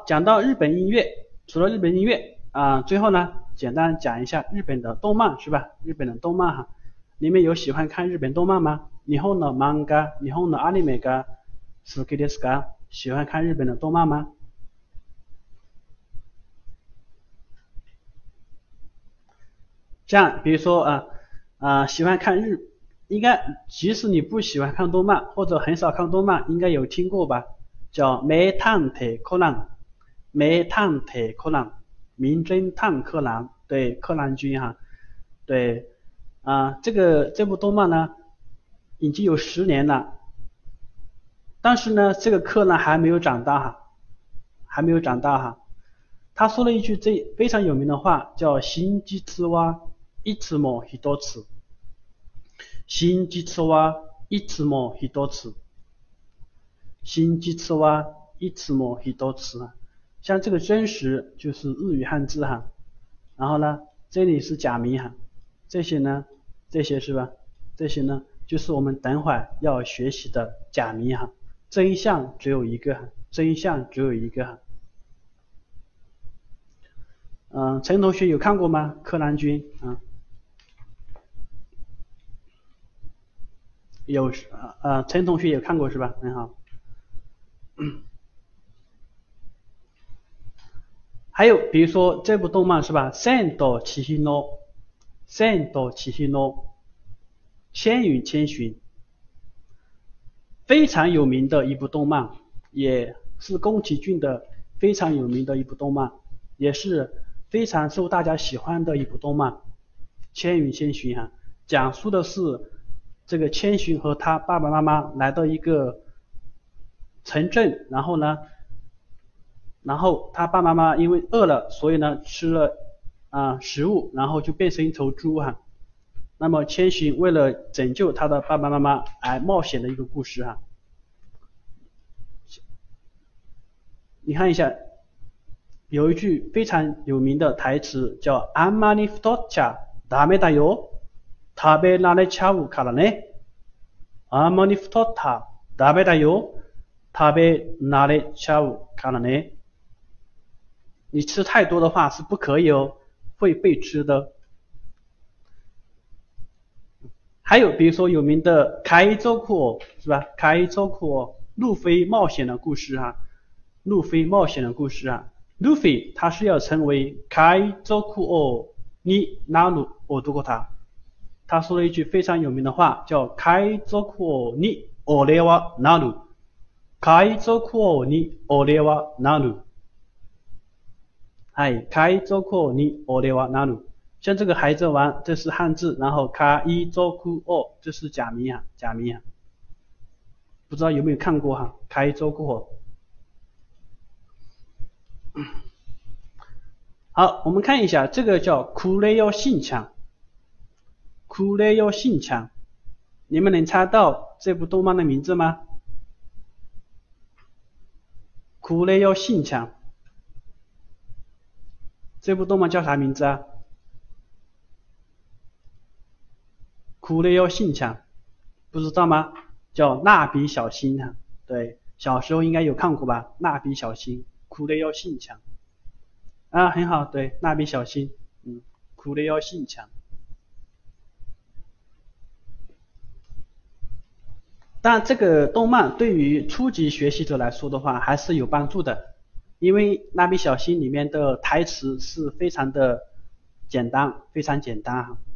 讲到日本音乐，除了日本音乐最后呢，简单讲一下日本的动漫是吧？日本的动漫你们有喜欢看日本动漫吗？日本の漫画、日本のアニメが好きですか？喜欢看日本的动漫吗？像比如说喜欢看应该即使你不喜欢看动漫或者很少看动漫，应该有听过吧？叫名探偵柯南，名探偵柯南，名侦探柯南，对，柯南君对这部动漫呢已经有10年了，但是呢这个柯南还没有长大还没有长大他说了一句非常有名的话，叫真実はいつも一つ，真実はいつも一つ，真実はいつも一つ像这个真实就是日语汉字然后呢这里是假名这些是吧？这些呢就是我们等会儿要学习的假名真相只有一个真相只有一个陈同学有看过吗？柯南君有陈同学有看过是吧？很好。还有比如说这部动漫是吧？千と千尋，千と千尋，千与千寻，非常有名的一部动漫，也是宫崎骏的非常有名的一部动漫，也是非常受大家喜欢的一部动漫。千与千寻讲述的是这个千寻和他爸爸妈妈来到一个城镇，然后他爸爸妈妈因为饿了，所以呢吃了食物，然后就变成一头猪那么千寻为了拯救他的爸爸妈妈而冒险的一个故事你看一下，有一句非常有名的台词叫あんまり太っちゃダメだよ、食べられちゃうからね。あんまり太ったダメだよ、食べられちゃうからね。你吃太多的话是不可以会被吃的。还有比如说有名的海賊王是吧？海賊王路飞冒险的故事路飞冒险的故事路飞他是要成为海賊王になる男他说了一句非常有名的话，叫海賊王に俺はなる，海賊王に俺はなる。海賊王に俺はなる。像这个海贼王这是汉字，然后海賊王这是假名假名不知道有没有看过海賊王。好，我们看一下这个叫クレヨ信强，クレヨ信强，你们能猜到这部动漫的名字吗？クレヨ信强，这部动漫叫啥名字クレヨ信强，不知道吗？叫蜡笔小新对，小时候应该有看过吧？蜡笔小新，クレヨ信强很好，对，蜡笔小新，クレヨ信强。但这个动漫对于初级学习者来说的话还是有帮助的，因为蜡笔小新里面的台词是非常的简单，非常简单